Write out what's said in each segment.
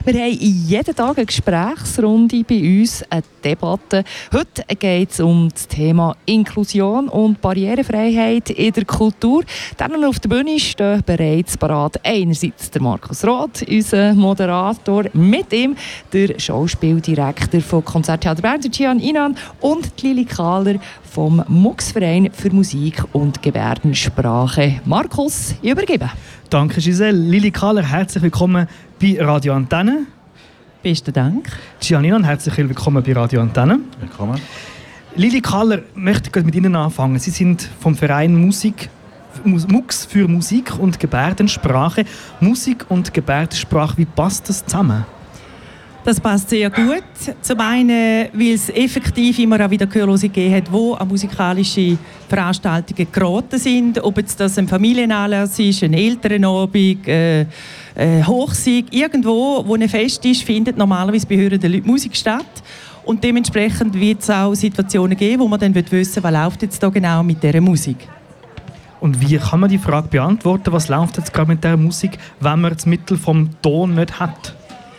Wir haben jeden Tag eine Gesprächsrunde bei uns, eine Debatte. Heute geht es um das Thema Inklusion und Barrierefreiheit in der Kultur. Dann auf der Bühne stehen bereits parat einerseits der Markus Roth, unser Moderator, mit ihm der Schauspieldirektor von Konzerttheater Bern, Gian Inan, und Lili Kahler vom MUX-Verein für Musik und Gebärdensprache. Markus, ich übergebe. Danke Giselle. Lili Kahler, herzlich willkommen bei Radio Antenne. Besten Dank. Gian Inan, herzlich willkommen bei Radio Antenne. Willkommen. Lili Kahler, möchte ich mit Ihnen anfangen. Sie sind vom Verein MUX für Musik und Gebärdensprache. Musik und Gebärdensprache, wie passt das zusammen? Das passt sehr gut. Zum einen, weil es effektiv immer auch wieder Gehörlose gegeben hat, die an musikalische Veranstaltungen geraten sind. Ob jetzt das ein Familienanlass ist, ein Elternabend, Hochsieg, irgendwo, wo ein Fest ist, findet normalerweise bei hörenden Leuten Musik statt. Und dementsprechend wird es auch Situationen geben, wo man dann wissen will, was läuft jetzt da genau mit dieser Musik. Und wie kann man die Frage beantworten, was läuft jetzt gerade mit dieser Musik, wenn man das Mittel vom Ton nicht hat?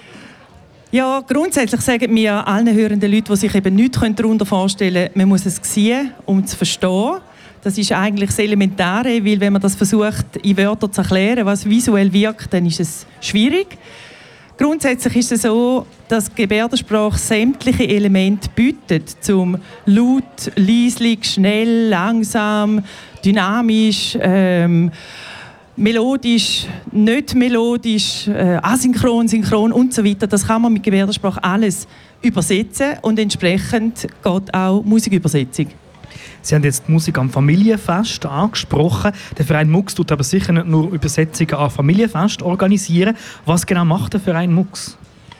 Ja, grundsätzlich sagen wir allen hörenden Leuten, die sich eben nichts darunter vorstellen können, man muss es sehen, um zu verstehen. Das ist eigentlich das Elementare, weil wenn man das versucht, in Wörtern zu erklären, was visuell wirkt, dann ist es schwierig. Grundsätzlich ist es so, dass Gebärdensprache sämtliche Elemente bietet, zum laut, leislich, schnell, langsam, dynamisch, melodisch, nicht melodisch, asynchron, synchron und so weiter. Das kann man mit Gebärdensprache alles übersetzen und entsprechend geht auch Musikübersetzung. Sie haben jetzt die Musik am Familienfest angesprochen. Der Verein MUX tut aber sicher nicht nur Übersetzungen an Familienfest organisieren. Was genau macht der Verein MUX?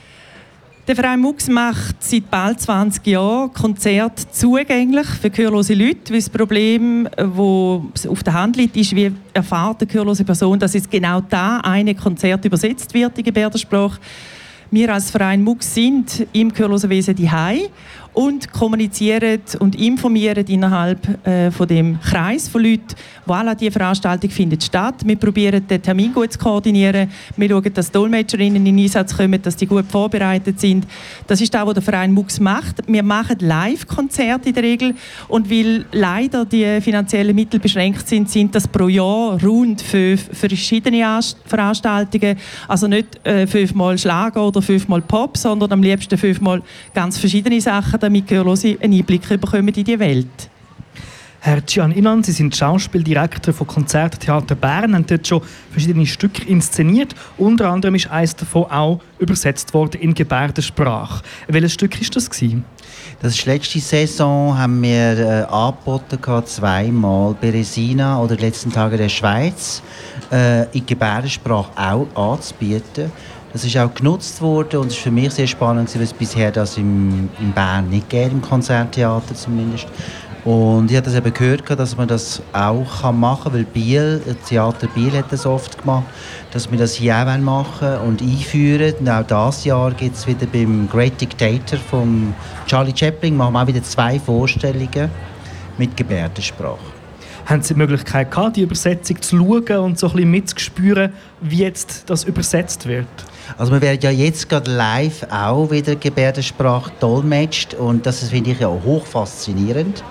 Der Verein MUX macht seit bald 20 Jahren Konzerte zugänglich für gehörlose Leute. Weil das Problem, das auf der Hand liegt, ist, wie erfährt eine gehörlose Person, dass jetzt genau da ein Konzert übersetzt wird in Gebärdensprache. Wir als Verein MUX sind im Gehörlosenwesen daheim und kommunizieren und informieren innerhalb von dem Kreis von Leuten, voilà, diese Veranstaltung findet statt. Wir probieren den Termin gut zu koordinieren. Wir schauen, dass Dolmetscherinnen in Einsatz kommen, dass die gut vorbereitet sind. Das ist das, was der Verein MUX macht. Wir machen Live-Konzerte in der Regel und weil leider die finanziellen Mittel beschränkt sind, sind das pro Jahr rund 5 verschiedene Veranstaltungen. Also nicht 5-mal Schlager oder 5-mal Pop, sondern am liebsten 5-mal ganz verschiedene Sachen, damit Gehörlose einen Einblick bekommen in die Welt. Herr Gian Inan, Sie sind Schauspieldirektor von Konzerttheater Bern, haben dort schon verschiedene Stücke inszeniert. Unter anderem ist eines davon auch übersetzt worden in Gebärdensprache. Welches Stück war das? Das ist letzte Saison haben wir angeboten, zweimal Beresina oder die letzten Tage der Schweiz in Gebärdensprache auch anzubieten. Das ist auch genutzt worden und es ist für mich sehr spannend, weil es bisher das in Bern nicht gibt, im Konzerttheater zumindest. Und ich habe das eben gehört, dass man das auch machen kann, weil Theater Biel hat das oft gemacht, dass wir das hier auch machen und einführen. Und auch dieses Jahr gibt es wieder beim Great Dictator von Charlie Chaplin, machen wir auch wieder 2 Vorstellungen mit Gebärdensprache. Haben Sie die Möglichkeit gehabt, die Übersetzung zu schauen und so ein bisschen mitzuspüren, wie jetzt das übersetzt wird? Also wir werden ja jetzt gerade live auch wieder Gebärdensprache dolmetscht und das finde ich ja auch hochfaszinierend,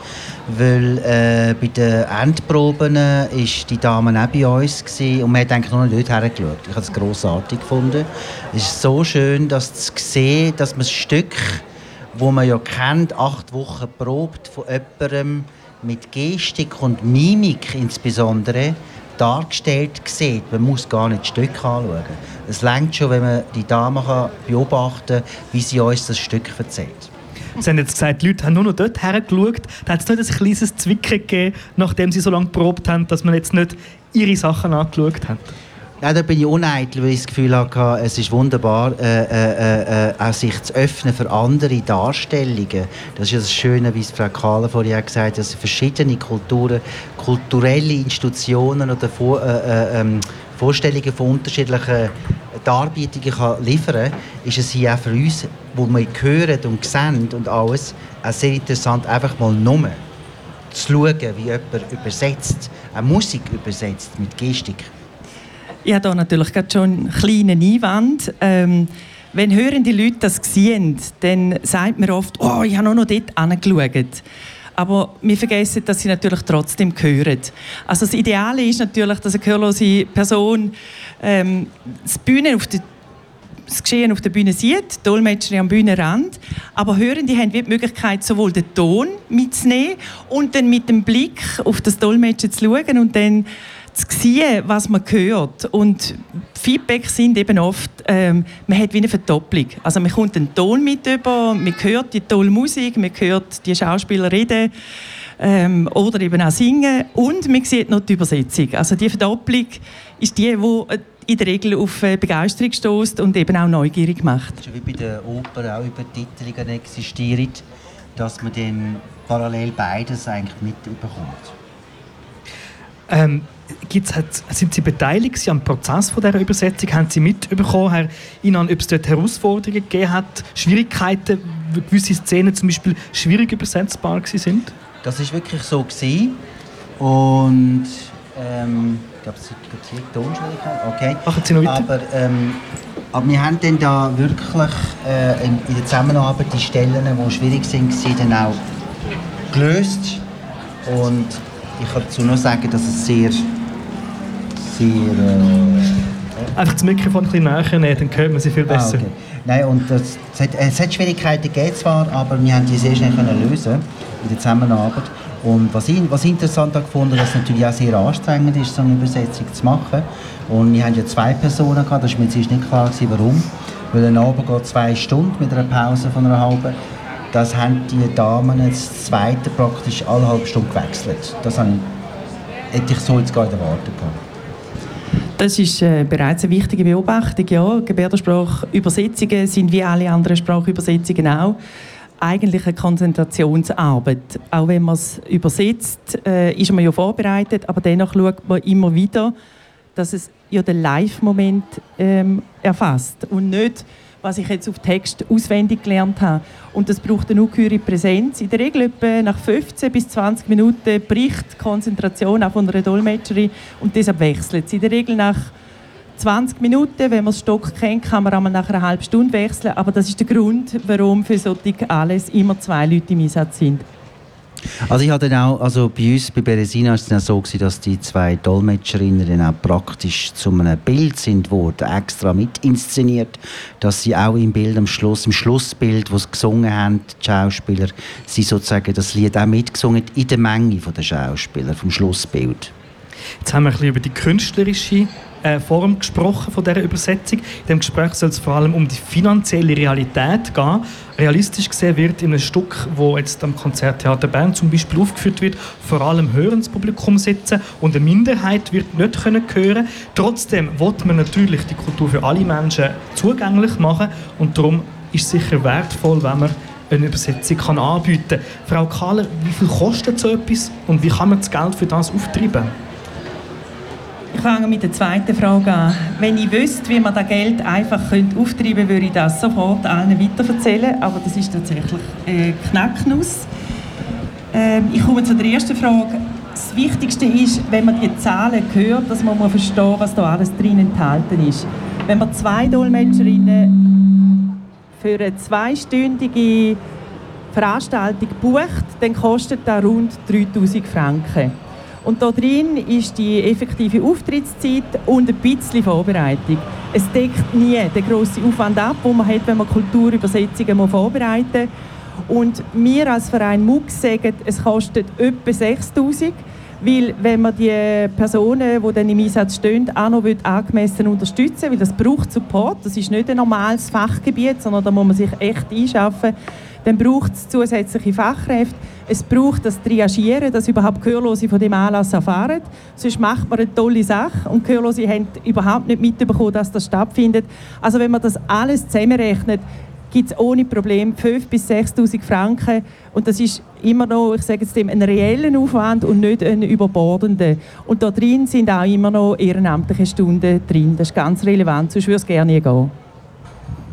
weil bei den Endproben ist die Dame auch bei uns gewesen, und man hat eigentlich noch nicht dort hergeschaut. Ich habe es grossartig gefunden. Es ist so schön, das zu sehen, dass man das Stück, das man ja kennt, 8 Wochen probt von jemandem mit Gestik und Mimik insbesondere, dargestellt sieht. Man muss gar nicht das Stück anschauen. Es reicht schon, wenn man die Dame beobachten kann, wie sie uns das Stück erzählt. Sie haben jetzt gesagt, die Leute haben nur noch dort hergeschaut. Da hat es nicht ein kleines Zwicken gegeben, nachdem sie so lange geprobt haben, dass man jetzt nicht ihre Sachen angeschaut hat? Ja, da bin ich uneitel, weil ich das Gefühl hatte, es ist wunderbar, auch sich zu öffnen für andere Darstellungen. Das ist ja das Schöne, wie Frau Kahler vorhin gesagt hat, dass verschiedene Kulturen, kulturelle Institutionen oder Vorstellungen von unterschiedlichen Darbietungen liefern kann, ist es hier auch für uns, wo wir hören und sehen und alles, auch sehr interessant, einfach mal nur zu schauen, wie jemand übersetzt, eine Musik übersetzt mit Gestik. Ich habe da natürlich gerade schon einen kleinen Einwand. Wenn hörende Leute das sehen, dann sagt man oft, «Oh, ich habe nur noch dort hingeschaut.» Aber wir vergessen, dass sie natürlich trotzdem hören. Also das Ideale ist natürlich, dass eine gehörlose Person das Geschehen auf der Bühne sieht, die Dolmetscher am Bühnenrand. Aber Hörende haben die Möglichkeit, sowohl den Ton mitzunehmen und dann mit dem Blick auf das Dolmetscher zu schauen und dann zu sehen, was man hört. Und Feedbacks sind eben oft, man hat wie eine Verdopplung. Also man kommt einen Ton mit über, man hört die tolle Musik, man hört die Schauspieler reden oder eben auch singen und man sieht noch die Übersetzung. Also die Verdopplung ist die in der Regel auf Begeisterung stößt und eben auch neugierig macht. Das ist wie bei der Oper auch Übertitelungen existiert, dass man dann parallel beides eigentlich mitbekommt. Sind Sie beteiligt am Prozess von dieser Übersetzung? Haben Sie mitbekommen, Herr Inan, ob es dort Herausforderungen gegeben hat, Schwierigkeiten, gewisse Szenen zum Beispiel schwierig übersetzbar sind? Das war wirklich so gewesen. Und ich glaube, es sind hier Tonschwierigkeiten. Okay. Machen Sie noch weiter. Aber wir haben dann da wirklich in der Zusammenarbeit die Stellen, die schwierig waren, dann auch gelöst. Und ich kann dazu noch sagen, dass es sehr einfach das Mikrofon ein bisschen näher nehmen, dann hört man sie viel besser. Okay. Nein, und es hat Schwierigkeiten gegeben zwar, aber wir haben die sehr schnell lösen in der Zusammenarbeit. Und was ich interessant gefunden habe, dass es natürlich auch sehr anstrengend ist, so eine Übersetzung zu machen. Und wir haben ja 2 Personen gehabt, das war mir zuerst nicht klar, warum. Weil ein Abend geht 2 Stunden mit einer Pause von einer halben. Das haben die Damen das zweite praktisch alle halbe Stunde gewechselt. Das hätte ich so jetzt gar nicht erwartet. Das ist bereits eine wichtige Beobachtung. Ja, Gebärdensprachübersetzungen sind wie alle anderen Sprachübersetzungen auch eigentlich eine Konzentrationsarbeit. Auch wenn man es übersetzt, ist man ja vorbereitet, aber dennoch schaut man immer wieder, dass es ja den Live-Moment erfasst und nicht, was ich jetzt auf Text auswendig gelernt habe. Und das braucht eine ungeheure Präsenz. In der Regel etwa nach 15 bis 20 Minuten bricht die Konzentration auch von einer Dolmetscherin und deshalb wechselt es. In der Regel nach 20 Minuten, wenn man das Stock kennt, kann man einmal nach einer halben Stunde wechseln. Aber das ist der Grund, warum für solche alles immer 2 Leute im Einsatz sind. Also ich hatte dann auch, also bei uns, bei Beresina, war es dann so gewesen, dass die 2 Dolmetscherinnen dann auch praktisch zu einem Bild sind worden, extra mit inszeniert, dass sie auch im Bild im Schlussbild, wo sie gesungen haben, die Schauspieler, sie sozusagen das Lied auch mitgesungen in der Menge der Schauspieler, vom Schlussbild. Jetzt haben wir ein bisschen über die künstlerische Form gesprochen von dieser Übersetzung. In diesem Gespräch soll es vor allem um die finanzielle Realität gehen. Realistisch gesehen wird in einem Stück, das jetzt am Konzerttheater Bern zum Beispiel aufgeführt wird, vor allem hörendes Publikum sitzen und eine Minderheit wird nicht hören können. Trotzdem will man natürlich die Kultur für alle Menschen zugänglich machen und darum ist es sicher wertvoll, wenn man eine Übersetzung anbieten kann. Frau Kahler, wie viel kostet so etwas und wie kann man das Geld für das auftreiben? Ich fange mit der zweiten Frage an. Wenn ich wüsste, wie man das Geld einfach auftreiben könnte, würde ich das sofort allen weiterverzählen. Aber das ist tatsächlich Knacknuss. Ich komme zu der ersten Frage. Das Wichtigste ist, wenn man die Zahlen hört, dass man verstehen, was da alles drin enthalten ist. Wenn man 2 Dolmetscherinnen für eine 2-stündige Veranstaltung bucht, dann kostet das rund 3'000 Franken. Und da drin ist die effektive Auftrittszeit und ein bisschen Vorbereitung. Es deckt nie den grossen Aufwand ab, den man hat, wenn man Kulturübersetzungen vorbereiten muss. Und wir als Verein MUX sagen, es kostet etwa 6'000, weil wenn man die Personen, die dann im Einsatz stehen, auch noch angemessen unterstützen will, weil das braucht Support, das ist nicht ein normales Fachgebiet, sondern da muss man sich echt einschaffen. Dann braucht es zusätzliche Fachkräfte. Es braucht das Triagieren, dass überhaupt Gehörlose von dem Anlass erfahren. Sonst macht man eine tolle Sache und Gehörlose haben überhaupt nicht mitbekommen, dass das stattfindet. Also wenn man das alles zusammenrechnet, gibt es ohne Problem 5'000 bis 6'000 Franken. Und das ist immer noch, ich sage jetzt dem, ein reeller Aufwand und nicht ein überbordender. Und da drin sind auch immer noch ehrenamtliche Stunden drin. Das ist ganz relevant, sonst würde es gerne gehen.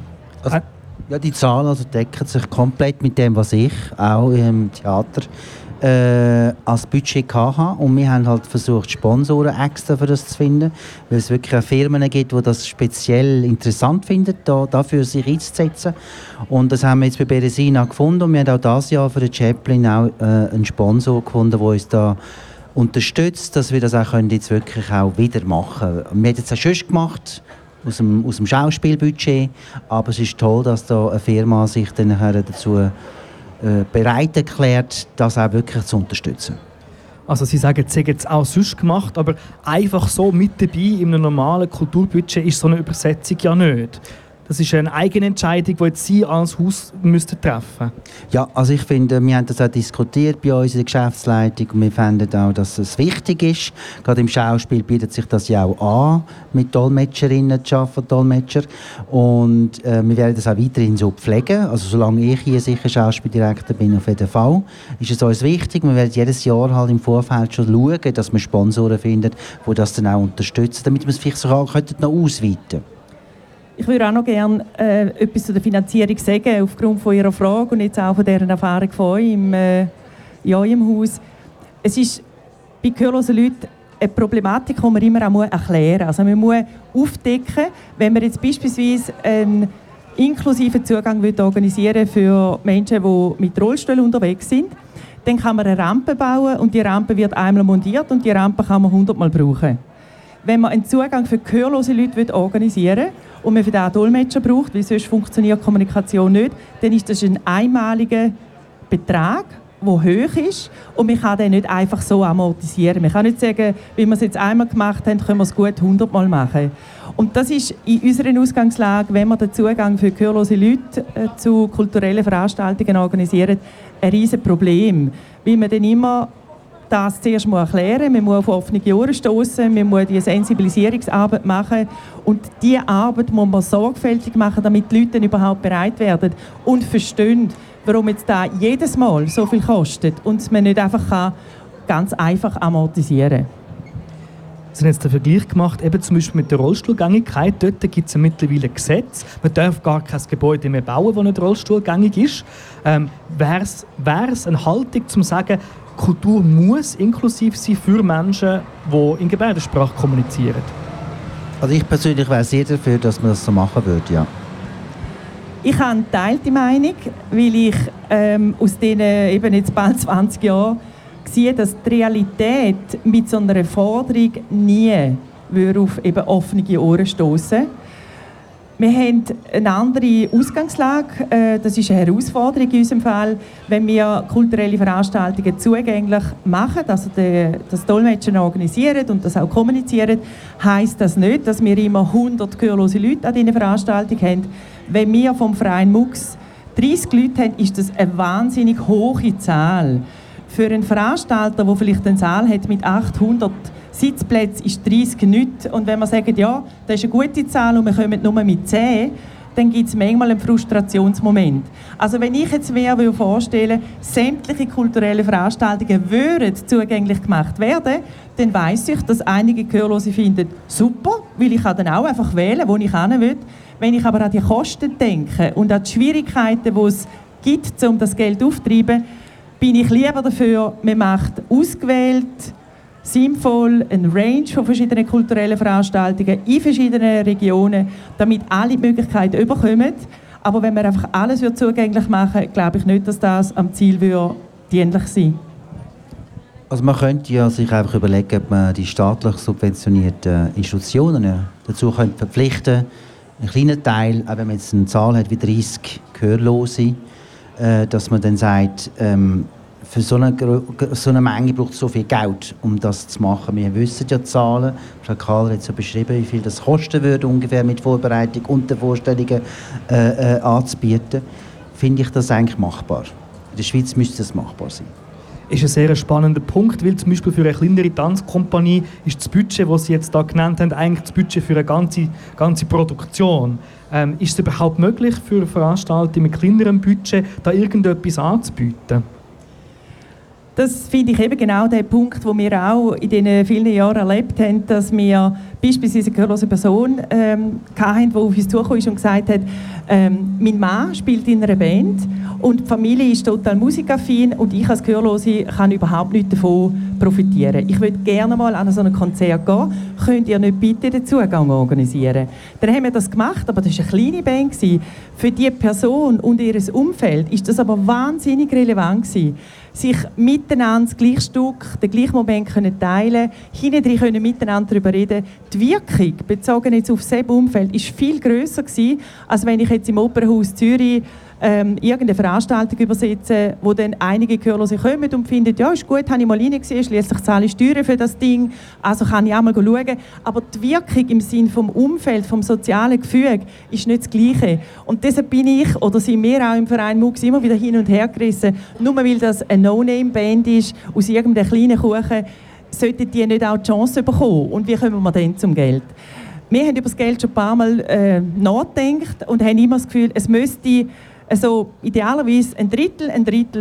Ja, die Zahlen decken sich komplett mit dem, was ich auch im Theater als Budget hatten. Und wir haben halt versucht, Sponsoren extra für das zu finden, weil es wirklich auch Firmen gibt, die das speziell interessant finden, dafür sich einzusetzen. Und das haben wir jetzt bei Beresina gefunden und wir haben auch dieses Jahr für den Chaplin auch einen Sponsor gefunden, der uns da unterstützt, dass wir das auch jetzt wirklich auch wieder machen können. Wir haben es auch schon gemacht, aus dem Schauspielbudget, aber es ist toll, dass da eine Firma sich dann dazu bereit erklärt, das auch wirklich zu unterstützen. Also Sie sagen, Sie haben jetzt auch sonst gemacht, aber einfach so mit dabei in einem normalen Kulturbudget ist so eine Übersetzung ja nicht. Das ist eine eigene Entscheidung, die jetzt Sie als Haus treffen müssten. Ja, also ich finde, wir haben das auch diskutiert bei uns in der Geschäftsleitung und wir finden auch, dass es wichtig ist. Gerade im Schauspiel bietet sich das ja auch an, mit Dolmetscherinnen zu arbeiten, Dolmetscher. Und wir werden das auch weiterhin so pflegen. Also solange ich hier sicher Schauspieldirektor bin, auf jeden Fall, ist es uns wichtig. Wir werden jedes Jahr halt im Vorfeld schon schauen, dass wir Sponsoren finden, die das dann auch unterstützen, damit wir es vielleicht sogar noch ausweiten könnten. Ich würde auch noch gerne etwas zu der Finanzierung sagen, aufgrund von Ihrer Frage und jetzt auch von dieser Erfahrung von euch im Haus. Es ist bei gehörlosen Leuten eine Problematik, die man immer auch erklären muss. Also man muss aufdecken, wenn man jetzt beispielsweise einen inklusiven Zugang organisieren für Menschen, die mit Rollstuhl unterwegs sind, dann kann man eine Rampe bauen und die Rampe wird einmal montiert und die Rampe kann man 100-mal brauchen. Wenn man einen Zugang für gehörlose Leute organisieren will und man für den Dolmetscher braucht, weil sonst funktioniert Kommunikation nicht, dann ist das ein einmaliger Betrag, der hoch ist und man kann den nicht einfach so amortisieren. Man kann nicht sagen, wie wir es jetzt einmal gemacht haben, können wir es gut 100-mal machen. Und das ist in unserer Ausgangslage, wenn wir den Zugang für gehörlose Leute zu kulturellen Veranstaltungen organisieren, ein riesiges Problem. Weil man dann immer das zuerst mal erklären, man muss auf offene Ohren stoßen, man muss die Sensibilisierungsarbeit machen und diese Arbeit muss man sorgfältig machen, damit die Leute dann überhaupt bereit werden und verstehen, warum jetzt da jedes Mal so viel kostet und man nicht einfach ganz einfach amortisieren kann. Sie haben jetzt den Vergleich gemacht, eben zum Beispiel mit der Rollstuhlgängigkeit. Dort gibt es ja mittlerweile ein Gesetz. Man darf gar kein Gebäude mehr bauen, das nicht rollstuhlgängig ist. Wäre es eine Haltung, um zu sagen, Kultur muss inklusiv sein für Menschen, die in Gebärdensprache kommunizieren? Also ich persönlich wäre sehr dafür, dass man das so machen würde, ja. Ich habe eine geteilte Meinung, weil ich aus diesen eben jetzt bald 20 Jahren sehe, dass die Realität mit so einer Forderung nie auf eben offene Ohren stoßen. Wir haben eine andere Ausgangslage. Das ist eine Herausforderung in unserem Fall. Wenn wir kulturelle Veranstaltungen zugänglich machen, also das Dolmetschen organisieren und das auch kommunizieren, heisst das nicht, dass wir immer 100 gehörlose Leute an diesen Veranstaltungen haben. Wenn wir vom Verein MUX 30 Leute haben, ist das eine wahnsinnig hohe Zahl. Für einen Veranstalter, der vielleicht einen Saal hat mit 800 Sitzplätzen, ist 30 nichts. Und wenn man sagt, ja, das ist eine gute Zahl und wir kommen nur mit 10, dann gibt es manchmal einen Frustrationsmoment. Also wenn ich jetzt mir vorstellen, sämtliche kulturelle Veranstaltungen würden zugänglich gemacht werden, dann weiss ich, dass einige Gehörlose finden, super, weil ich kann dann auch einfach wählen, wo ich hin will. Wenn ich aber an die Kosten denke und an die Schwierigkeiten, die es gibt, um das Geld aufzutreiben, bin ich lieber dafür, man macht ausgewählt, sinnvoll eine Range von verschiedenen kulturellen Veranstaltungen in verschiedenen Regionen, damit alle die Möglichkeit bekommen. Aber wenn wir einfach alles zugänglich machen, glaube ich nicht, dass das am Ziel dienlich sein würde. Also man könnte ja sich einfach überlegen, ob man die staatlich subventionierten Institutionen dazu verpflichten könnte, einen kleinen Teil, auch wenn man jetzt eine Zahl hat wie 30 Gehörlose, dass man dann sagt, für so eine Menge braucht es so viel Geld, um das zu machen. Wir wissen ja die Zahlen. Frau Kahler hat so beschrieben, wie viel das kosten würde, ungefähr mit Vorbereitung und den Vorstellungen anzubieten. Finde ich das eigentlich machbar. In der Schweiz müsste das machbar sein. Ist ein sehr spannender Punkt, weil zum Beispiel für eine kleinere Tanzkompanie ist das Budget, das Sie jetzt da genannt haben, eigentlich das Budget für eine ganze Produktion. Ist es überhaupt möglich für Veranstaltungen mit kleinerem Budget, da irgendetwas anzubieten? Das finde ich eben genau der Punkt, wo wir auch in den vielen Jahren erlebt haben, dass wir beispielsweise eine gehörlose Person hatten, die auf uns zugekommen ist und gesagt hat, mein Mann spielt in einer Band und die Familie ist total musikaffin und ich als Gehörlose kann überhaupt nicht davon profitieren. Ich würde gerne mal an so ein Konzert gehen. Könnt ihr nicht bitte den Zugang organisieren? Dann haben wir das gemacht, aber das war eine kleine Band. Für die Person und ihr Umfeld ist das aber wahnsinnig relevant gewesen, sich miteinander das gleiche Stück, den gleichen Moment können teilen, hinten können miteinander darüber reden. Die Wirkung, bezogen jetzt auf das Umfeld, war viel grösser gewesen, als wenn ich jetzt im Opernhaus Zürich irgendeine Veranstaltung übersetze, wo dann einige Gehörlose kommen und finden, ja, ist gut, habe ich mal reingesehen, schliesslich zahle ich Steuern für das Ding, also kann ich auch mal schauen. Aber die Wirkung im Sinne vom Umfeld, vom sozialen Gefüge, ist nicht das Gleiche. Und deshalb bin ich, oder sind wir auch im Verein MUX immer wieder hin und her gerissen, nur weil das eine No-Name-Band ist, aus irgendeinem kleinen Kuchen, sollten die nicht auch die Chance bekommen. Und wie kommen wir dann zum Geld? Wir haben über das Geld schon ein paar Mal nachgedacht und haben immer das Gefühl, es müsste also idealerweise ein Drittel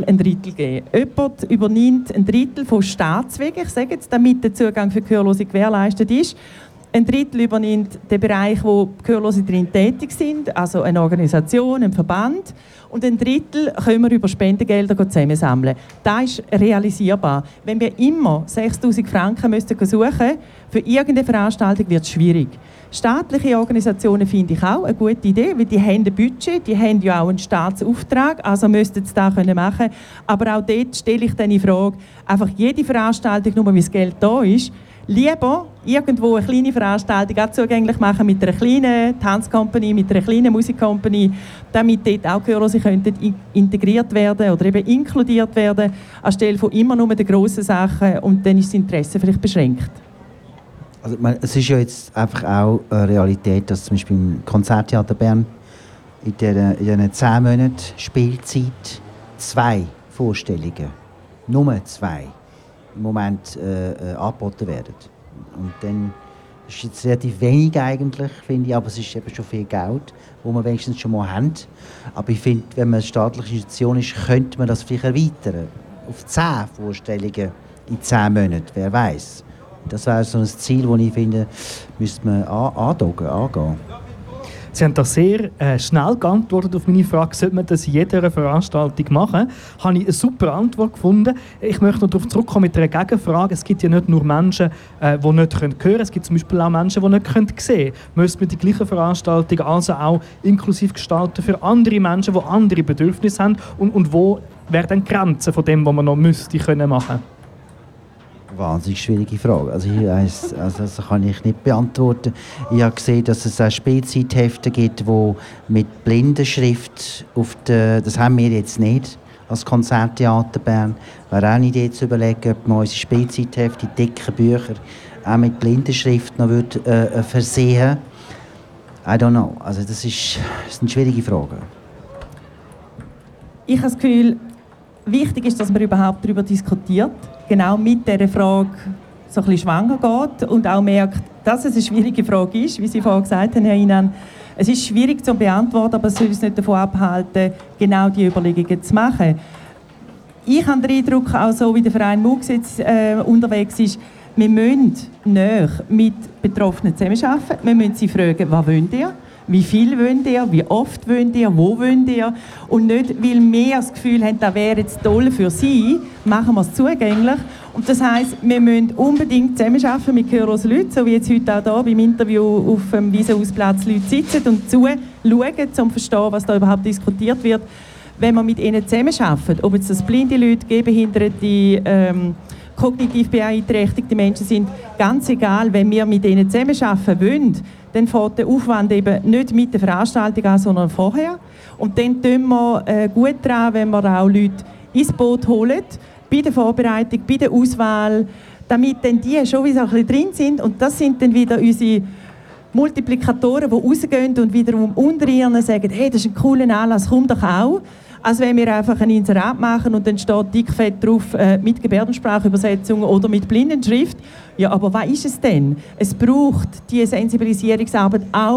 geben. Jemand übernimmt ein Drittel von Staatswegen, ich sage jetzt, damit der Zugang für Gehörlose gewährleistet ist. Ein Drittel übernimmt den Bereich, wo Gehörlose drin tätig sind, also eine Organisation, ein Verband. Und ein Drittel können wir über Spendengelder zusammensammeln. Das ist realisierbar. Wenn wir immer 6'000 Franken suchen müssten für irgendeine Veranstaltung, wird es schwierig. Staatliche Organisationen finde ich auch eine gute Idee, weil die haben ein Budget, die haben ja auch einen Staatsauftrag, also müssten sie das machen können. Aber auch dort stelle ich dann die Frage, einfach jede Veranstaltung, nur weil das Geld da ist, lieber irgendwo eine kleine Veranstaltung auch zugänglich machen mit einer kleinen Tanzcompany, mit einer kleinen Musikcompany, damit dort auch Gehörlose könnten integriert werden oder eben inkludiert werden, anstelle von immer nur den grossen Sachen, und dann ist das Interesse vielleicht beschränkt. Also, es ist ja jetzt einfach auch eine Realität, dass zum Beispiel im Konzerttheater Bern in diesen 10 Monaten Spielzeit 2 Vorstellungen, nur 2, im Moment angeboten werden. Und dann ist jetzt relativ wenig eigentlich, finde ich, aber es ist eben schon viel Geld, das wir wenigstens schon mal haben. Aber ich finde, wenn man eine staatliche Institution ist, könnte man das vielleicht erweitern. Auf 10 Vorstellungen in 10 Monaten, wer weiß. Das wäre so ein Ziel, das ich finde, müsste man angehen. Sie haben da sehr schnell geantwortet auf meine Frage, sollte man das in jeder Veranstaltung machen? Habe ich eine super Antwort gefunden. Ich möchte noch darauf zurückkommen mit einer Gegenfrage. Es gibt ja nicht nur Menschen, die nicht hören können. Es gibt zum Beispiel auch Menschen, die nicht sehen können. Müsste man die gleiche Veranstaltung also auch inklusiv gestalten für andere Menschen, die andere Bedürfnisse haben? Und wo wäre dann die Grenze von dem, was man noch müsste machen? Wahnsinnig schwierige Frage. Also das kann ich nicht beantworten. Ich habe gesehen, dass es auch Spielzeithefte gibt, die mit Blindenschrift das haben wir jetzt nicht als Konzerttheater Bern. Wäre auch eine Idee zu überlegen, ob man unsere Spielzeithefte, die dicken Bücher, auch mit Blindenschrift noch versehen. I don't know. Also das sind schwierige Fragen. Ich habe das Gefühl, wichtig ist, dass man überhaupt darüber diskutiert, genau mit dieser Frage so ein bisschen schwanger geht und auch merkt, dass es eine schwierige Frage ist, wie Sie vorhin gesagt haben, Herr Inan. Es ist schwierig zu beantworten, aber es soll uns nicht davon abhalten, genau diese Überlegungen zu machen. Ich habe den Eindruck, auch so wie der Verein MUX jetzt unterwegs ist, wir müssen näher mit Betroffenen zusammenarbeiten. Wir müssen sie fragen, was wollt ihr? Wie viel wollt ihr? Wie oft wollt ihr? Wo wollt ihr? Und nicht, weil wir das Gefühl haben, das wäre jetzt toll für sie, machen wir es zugänglich. Und das heisst, wir müssen unbedingt zusammenarbeiten mit gehörlosen Leuten, so wie jetzt heute auch hier beim Interview auf dem Wiesenhausplatz Leute sitzen und zuschauen, um zu verstehen, was da überhaupt diskutiert wird. Wenn wir mit ihnen zusammenarbeiten, ob jetzt das blinde Leute, gehbehinderte, kognitiv beeinträchtigte Menschen sind, ganz egal, wenn wir mit ihnen zusammenarbeiten wollen, dann fängt der Aufwand eben nicht mit der Veranstaltung an, sondern vorher. Und dann tun wir gut daran, wenn wir auch Leute ins Boot holen, bei der Vorbereitung, bei der Auswahl, damit dann die schon wieder ein bisschen drin sind. Und das sind dann wieder unsere Multiplikatoren, die rausgehen und wiederum unter ihnen sagen, hey, das ist ein cooler Anlass, komm doch auch. Als wenn wir einfach ein Inserat machen und dann steht dickfett drauf mit Gebärdensprachübersetzung oder mit Blindenschrift. Ja, aber was ist es denn? Es braucht diese Sensibilisierungsarbeit auch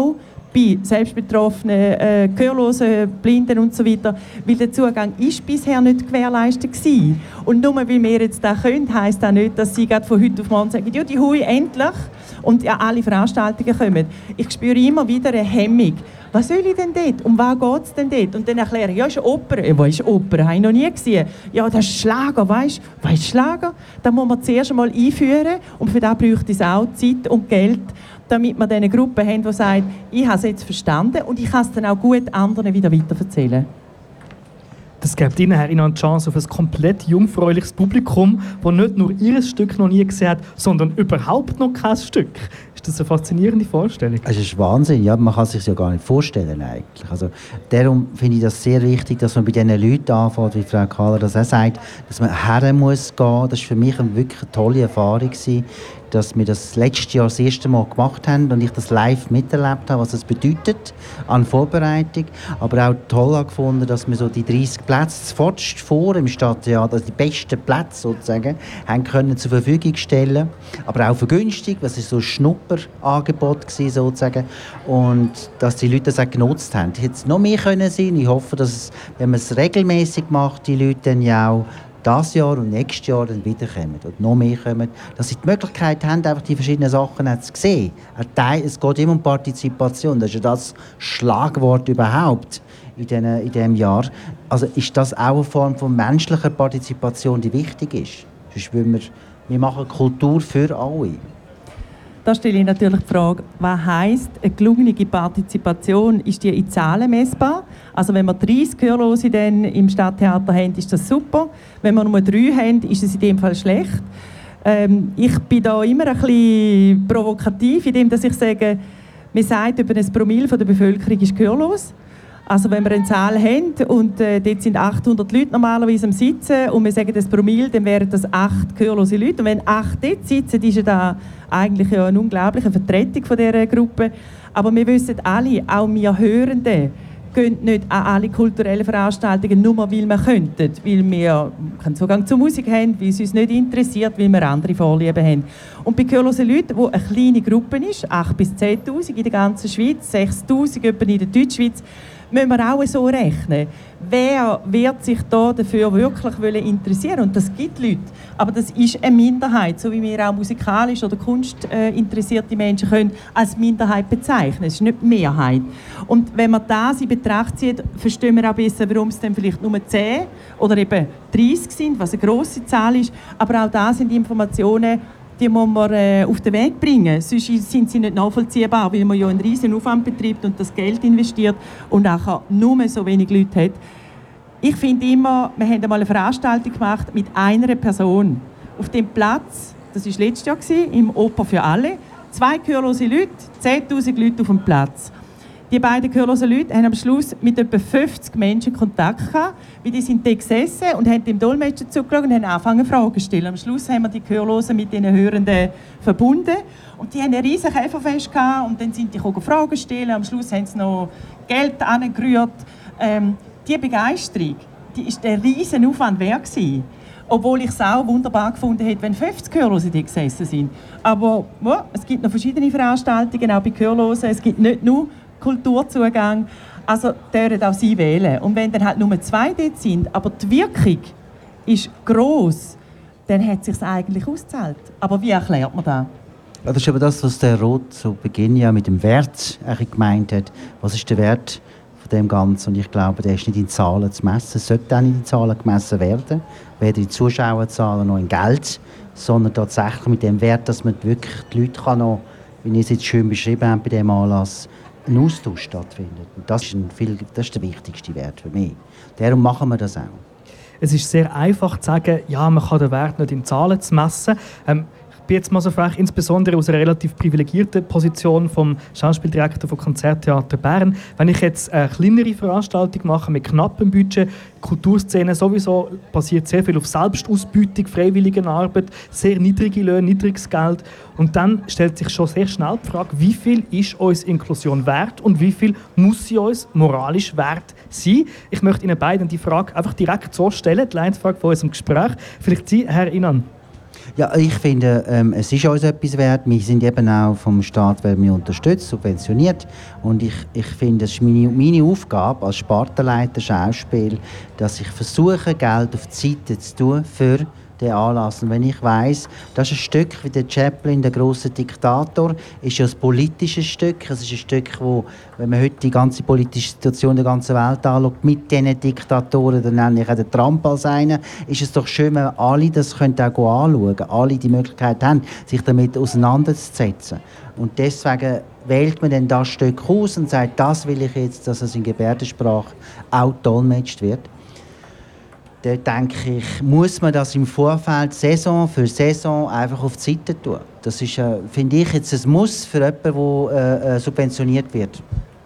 bei Selbstbetroffenen, Gehörlosen, Blinden und so weiter, weil der Zugang ist bisher nicht gewährleistet gewesen. Und nur weil wir jetzt das können, heisst das nicht, dass sie gerade von heute auf morgen sagen, ja, die Hui, endlich, und ja, alle Veranstaltungen kommen. Ich spüre immer wieder eine Hemmung. Was soll ich denn dort? Um was geht es denn dort? Und dann erkläre ich, ja, ist Oper. Ja, was ist Oper? Habe ich noch nie gesehen. Ja, das ist Schlager, weißt du? Was ist Schlager? Das muss man zuerst einmal einführen und für das bräuchte es auch Zeit und Geld, damit wir diese Gruppe haben, die sagt, ich habe es jetzt verstanden und ich kann es dann auch gut anderen wieder weiterverzählen. Das gibt Ihnen, Herr Inan, die Chance auf ein komplett jungfräuliches Publikum, das nicht nur Ihr Stück noch nie gesehen hat, sondern überhaupt noch kein Stück. Ist das eine faszinierende Vorstellung? Es ist Wahnsinn, ja, man kann es sich ja gar nicht vorstellen eigentlich. Also, darum finde ich das sehr wichtig, dass man bei diesen Leuten anfängt, wie Frau Kahler das auch sagt, dass man her muss gehen. Das war für mich wirklich eine tolle Erfahrung gewesen, dass wir das letztes Jahr das erste Mal gemacht haben und ich das live miterlebt habe, was es bedeutet an Vorbereitung. Aber auch toll gefunden, dass wir so die 30 Plätze zuvorderst vor im Stadttheater, also die besten Plätze sozusagen, haben können zur Verfügung stellen. Aber auch vergünstigt, was ist so ein Schnupperangebot gewesen, sozusagen. Und dass die Leute das auch genutzt haben. Die hätte es noch mehr können sein. Ich hoffe, dass es, wenn man es regelmäßig macht, die Leute dann ja auch das Jahr und nächstes Jahr dann wiederkommen und noch mehr kommen, dass sie die Möglichkeit haben, einfach die verschiedenen Sachen zu sehen. Es geht immer um Partizipation, das ist ja das Schlagwort überhaupt in diesem Jahr. Also ist das auch eine Form von menschlicher Partizipation, die wichtig ist? Sonst wir machen Kultur für alle. Da stelle ich natürlich die Frage, was heisst eine gelungene Partizipation? Ist die in Zahlen messbar? Also wenn wir 30 Gehörlose dann im Stadttheater haben, ist das super. Wenn wir nur 3 haben, ist es in dem Fall schlecht. Ich bin da immer ein bisschen provokativ, indem ich sage, man sagt, über ein Promille der Bevölkerung ist gehörlos. Also wenn wir eine Zahl haben und dort sind 800 Leute normalerweise am Sitzen und wir sagen das Promille, dann wären das 8 gehörlose Leute. Und wenn 8 dort sitzen, ist ja da eigentlich eine unglaubliche Vertretung von dieser Gruppe. Aber wir wissen alle, auch wir Hörenden, gehen nicht an alle kulturellen Veranstaltungen, nur weil wir könnten. Weil wir keinen Zugang zur Musik haben, weil es uns nicht interessiert, weil wir andere Vorlieben haben. Und bei gehörlosen Leuten, die eine kleine Gruppe ist, 8.000 bis 10.000 in der ganzen Schweiz, 6.000 etwa in der Deutschschweiz, müssen wir auch so rechnen. Wer wird sich da dafür wirklich interessieren? Und das gibt Leute. Aber das ist eine Minderheit, so wie wir auch musikalisch oder kunstinteressierte Menschen können als Minderheit bezeichnen. Es ist nicht die Mehrheit. Und wenn man das in Betracht zieht, verstehen wir auch besser, warum es dann vielleicht nur 10 oder eben 30 sind, was eine grosse Zahl ist. Aber auch da sind Informationen, die muss man auf den Weg bringen. Sonst sind sie nicht nachvollziehbar, weil man ja einen riesen Aufwand betreibt und das Geld investiert und auch nur so wenig Leute hat. Ich finde immer, wir haben einmal eine Veranstaltung gemacht mit einer Person. Auf dem Platz, das war letztes Jahr, im Oper für alle, 2 gehörlose Leute, 10'000 Leute auf dem Platz. Die beiden gehörlosen Leute haben am Schluss mit etwa 50 Menschen Kontakt gehabt, weil die sind da gesessen und haben dem Dolmetscher zugeschaut und haben angefangen Fragen zu stellen. Am Schluss haben wir die Gehörlosen mit den Hörenden verbunden und die haben ein riesiges Käferfest gehabt und dann sind die Fragen stellen. Am Schluss haben sie noch Geld angerührt. Die Begeisterung, die ist der riesen Aufwand wert gewesen. Obwohl ich es auch wunderbar gefunden hätte, wenn 50 Gehörlose da gesessen sind. Aber es gibt noch verschiedene Veranstaltungen, auch bei Gehörlosen. Es gibt nicht nur Kulturzugang, also dürfen auch sie wählen. Und wenn dann halt nur 2 dort sind, aber die Wirkung ist gross, dann hat es sich eigentlich ausgezahlt. Aber wie erklärt man das? Das ist aber das, was der Roth zu Beginn ja mit dem Wert gemeint hat. Was ist der Wert von dem Ganzen? Und ich glaube, der ist nicht in Zahlen zu messen. Es sollte auch nicht in Zahlen gemessen werden, weder in Zuschauerzahlen noch in Geld, sondern tatsächlich mit dem Wert, dass man wirklich die Leute kann noch, wie ich es jetzt schön beschrieben habe bei diesem Anlass, ein Austausch stattfindet. Und das ist der wichtigste Wert für mich. Darum machen wir das auch. Es ist sehr einfach zu sagen, ja, man kann den Wert nicht in Zahlen zu messen. Ich bin jetzt mal so frech, insbesondere aus einer relativ privilegierten Position vom Schauspieldirektor von Konzerttheater Bern. Wenn ich jetzt eine kleinere Veranstaltung mache mit knappem Budget, Kulturszene sowieso, basiert sehr viel auf Selbstausbeutung, Freiwilligenarbeit, sehr niedrige Löhne, niedriges Geld. Und dann stellt sich schon sehr schnell die Frage, wie viel ist uns Inklusion wert und wie viel muss sie uns moralisch wert sein? Ich möchte Ihnen beiden die Frage einfach direkt so stellen, die Leitfrage von unserem Gespräch. Vielleicht Sie, Herr Inan. Ja, ich finde, es ist uns etwas wert. Wir sind eben auch vom Staat werden wir unterstützt, subventioniert. Und ich finde, es ist meine Aufgabe als Spartenleiter Schauspiel, dass ich versuche, Geld auf die Seite zu tun für den Anlass. Und wenn ich weiss, das ist ein Stück wie der Chaplin, der große Diktator, ist ja ein politisches Stück. Es ist ein Stück, wo, wenn man heute die ganze politische Situation der ganzen Welt anschaut, mit diesen Diktatoren, dann nenne ich auch den Trump als einen, ist es doch schön, wenn alle das können auch anschauen können, alle die Möglichkeit haben, sich damit auseinanderzusetzen. Und deswegen wählt man dann das Stück aus und sagt, das will ich jetzt, dass es in Gebärdensprache auch dolmetscht wird. Da denke ich, muss man das im Vorfeld Saison für Saison einfach auf die Seite tun. Das ist, finde ich, jetzt ein Muss für jemanden, der subventioniert wird.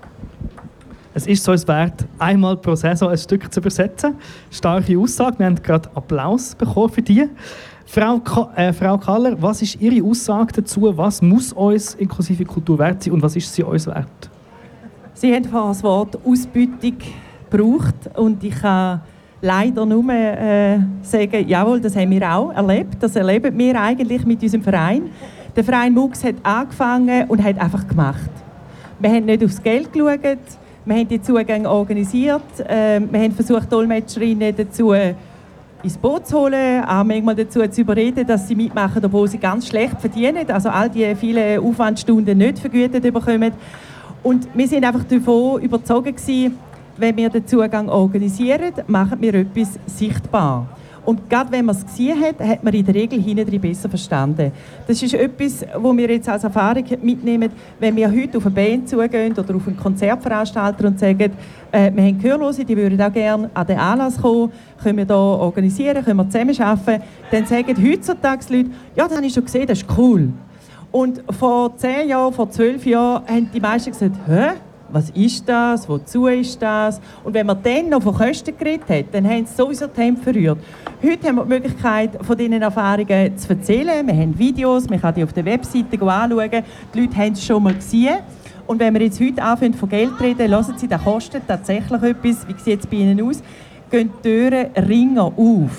Es ist so es wert, einmal pro Saison ein Stück zu übersetzen. Starke Aussage, wir haben gerade Applaus bekommen für die. Frau Kaller, was ist Ihre Aussage dazu? Was muss uns inklusive Kultur wert sein und was ist sie uns wert? Sie haben vorhin das Wort Ausbeutung gebraucht und ich kann leider nur sagen, jawohl, das haben wir auch erlebt. Das erleben wir eigentlich mit unserem Verein. Der Verein MUX hat angefangen und hat einfach gemacht. Wir haben nicht aufs Geld geschaut, wir haben die Zugänge organisiert, wir haben versucht, Dolmetscherinnen dazu ins Boot zu holen, auch manchmal dazu zu überreden, dass sie mitmachen, obwohl sie ganz schlecht verdienen, also all die vielen Aufwandstunden nicht vergütet bekommen. Und wir sind einfach davon überzeugt gewesen, wenn wir den Zugang organisieren, machen wir etwas sichtbar. Und gerade wenn man es gesehen hat, hat man in der Regel hinten drin besser verstanden. Das ist etwas, was wir jetzt als Erfahrung mitnehmen, wenn wir heute auf eine Band zugehen oder auf einen Konzertveranstalter und sagen, wir haben Gehörlose, die würden auch gerne an den Anlass kommen, können wir hier organisieren, können wir zusammenarbeiten, dann sagen heutzutage die Leute, ja, das habe ich schon gesehen, das ist cool. Und vor 10 Jahren, vor 12 Jahren haben die meisten gesagt, hä? Was ist das? Wozu ist das? Und wenn man dann noch von Kosten geredet hat, dann haben sie sowieso die Hände verrührt. Heute haben wir die Möglichkeit, von diesen Erfahrungen zu erzählen. Wir haben Videos, man kann die auf der Webseite anschauen. Die Leute haben es schon mal gesehen. Und wenn wir jetzt heute anfangen von Geld reden, hören Sie, das kostet tatsächlich etwas. Wie sieht es bei Ihnen aus? Gehen die Türen ringer auf.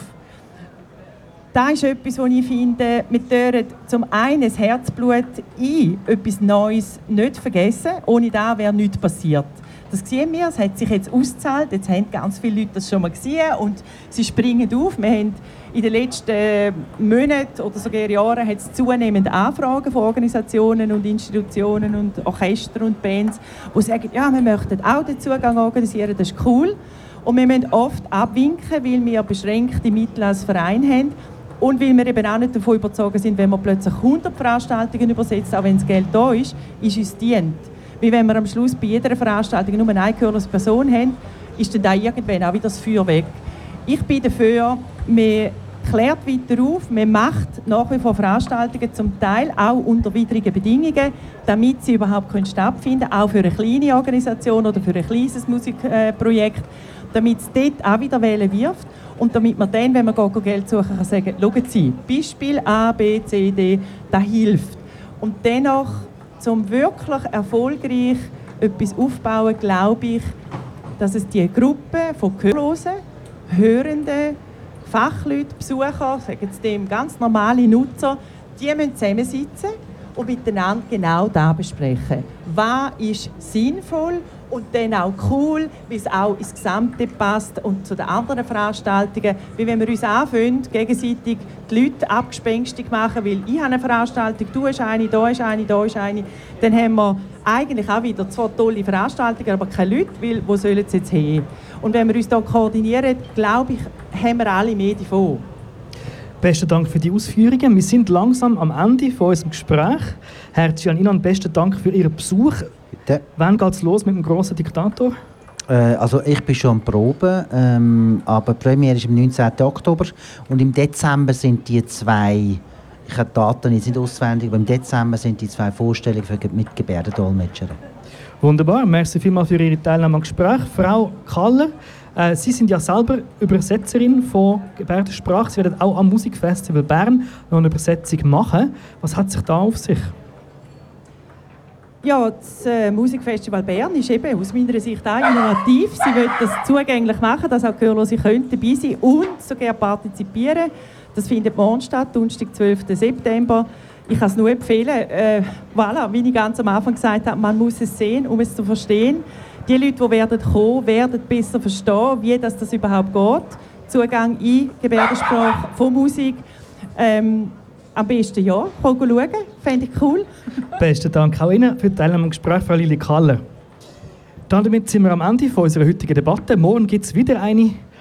Das ist etwas, was ich finde, wir tören zum einen das Herzblut ein, etwas Neues nicht vergessen. Ohne das wäre nichts passiert. Das sehen wir, es hat sich jetzt ausgezahlt. Jetzt haben ganz viele Leute das schon mal gesehen und sie springen auf. Wir haben in den letzten Monaten oder sogar Jahren hat es zunehmend Anfragen von Organisationen und Institutionen und Orchestern und Bands, die sagen, ja, wir möchten auch den Zugang organisieren, das ist cool. Und wir müssen oft abwinken, weil wir beschränkte Mittel als Verein haben. Und weil wir eben auch nicht davon überzeugt sind, wenn wir plötzlich 100 Veranstaltungen übersetzen, auch wenn das Geld da ist uns dient. Wie wenn wir am Schluss bei jeder Veranstaltung nur eine gehörlose Person haben, ist dann da irgendwann auch wieder das Feuer weg. Ich bin dafür, man klärt weiter auf, man macht nach wie vor Veranstaltungen, zum Teil auch unter widrigen Bedingungen, damit sie überhaupt stattfinden können, auch für eine kleine Organisation oder für ein kleines Musikprojekt, damit es dort auch wieder Wellen wirft. Und damit man dann, wenn man Geld suchen kann, sagen, schauen Sie, Beispiel A, B, C, D, das hilft. Und dennoch, um wirklich erfolgreich etwas aufzubauen, glaube ich, dass es die Gruppe von Gehörlosen, Hörenden, Fachleute, Besucher, sagen Sie dem, ganz normale Nutzer, die müssen zusammensitzen und miteinander genau das besprechen. Was ist sinnvoll? Und dann auch cool, weil es auch ins Gesamte passt und zu den anderen Veranstaltungen. Wie wenn wir uns anfangen, gegenseitig die Leute abgespenstig machen, weil ich habe eine Veranstaltung, du hast eine, da ist eine, da ist eine. Dann haben wir eigentlich auch wieder 2 tolle Veranstaltungen, aber keine Leute, weil wo sollen sie jetzt hin? Und wenn wir uns hier koordinieren, glaube ich, haben wir alle mehr davon. Besten Dank für die Ausführungen. Wir sind langsam am Ende von unserem Gespräch. Herr Gian Inan, besten Dank für Ihren Besuch. Bitte. Wann geht es los mit dem grossen Diktator? Also ich bin schon am Proben, aber die Premiere ist am 19. Oktober und im Dezember sind die 2, ich habe die Daten jetzt nicht auswendig, aber im Dezember sind die 2 Vorstellungen mit Gebärdendolmetschern. Wunderbar, merci vielmals für Ihre Teilnahme am Gespräch. Frau Kaller, Sie sind ja selber Übersetzerin von Gebärdensprache. Sie werden auch am Musikfestival Bern noch eine Übersetzung machen. Was hat sich da auf sich? Ja, das Musikfestival Bern ist eben aus meiner Sicht auch innovativ. Sie wollen das zugänglich machen, dass auch Gehörlose dabei sein können und sogar partizipieren. Das findet morgen statt, Donnerstag, 12. September. Ich kann es nur empfehlen. Voilà, wie ich ganz am Anfang gesagt habe, man muss es sehen, um es zu verstehen. Die Leute, die werden kommen, werden besser verstehen, wie das überhaupt geht. Zugang in Gebärdensprache von Musik. Am besten ja, schauen, fände ich cool. Besten Dank auch Ihnen für die Teilnahme am Gespräch, Frau Lili Kaller. Damit sind wir am Ende unserer heutigen Debatte. Morgen gibt es wieder eine.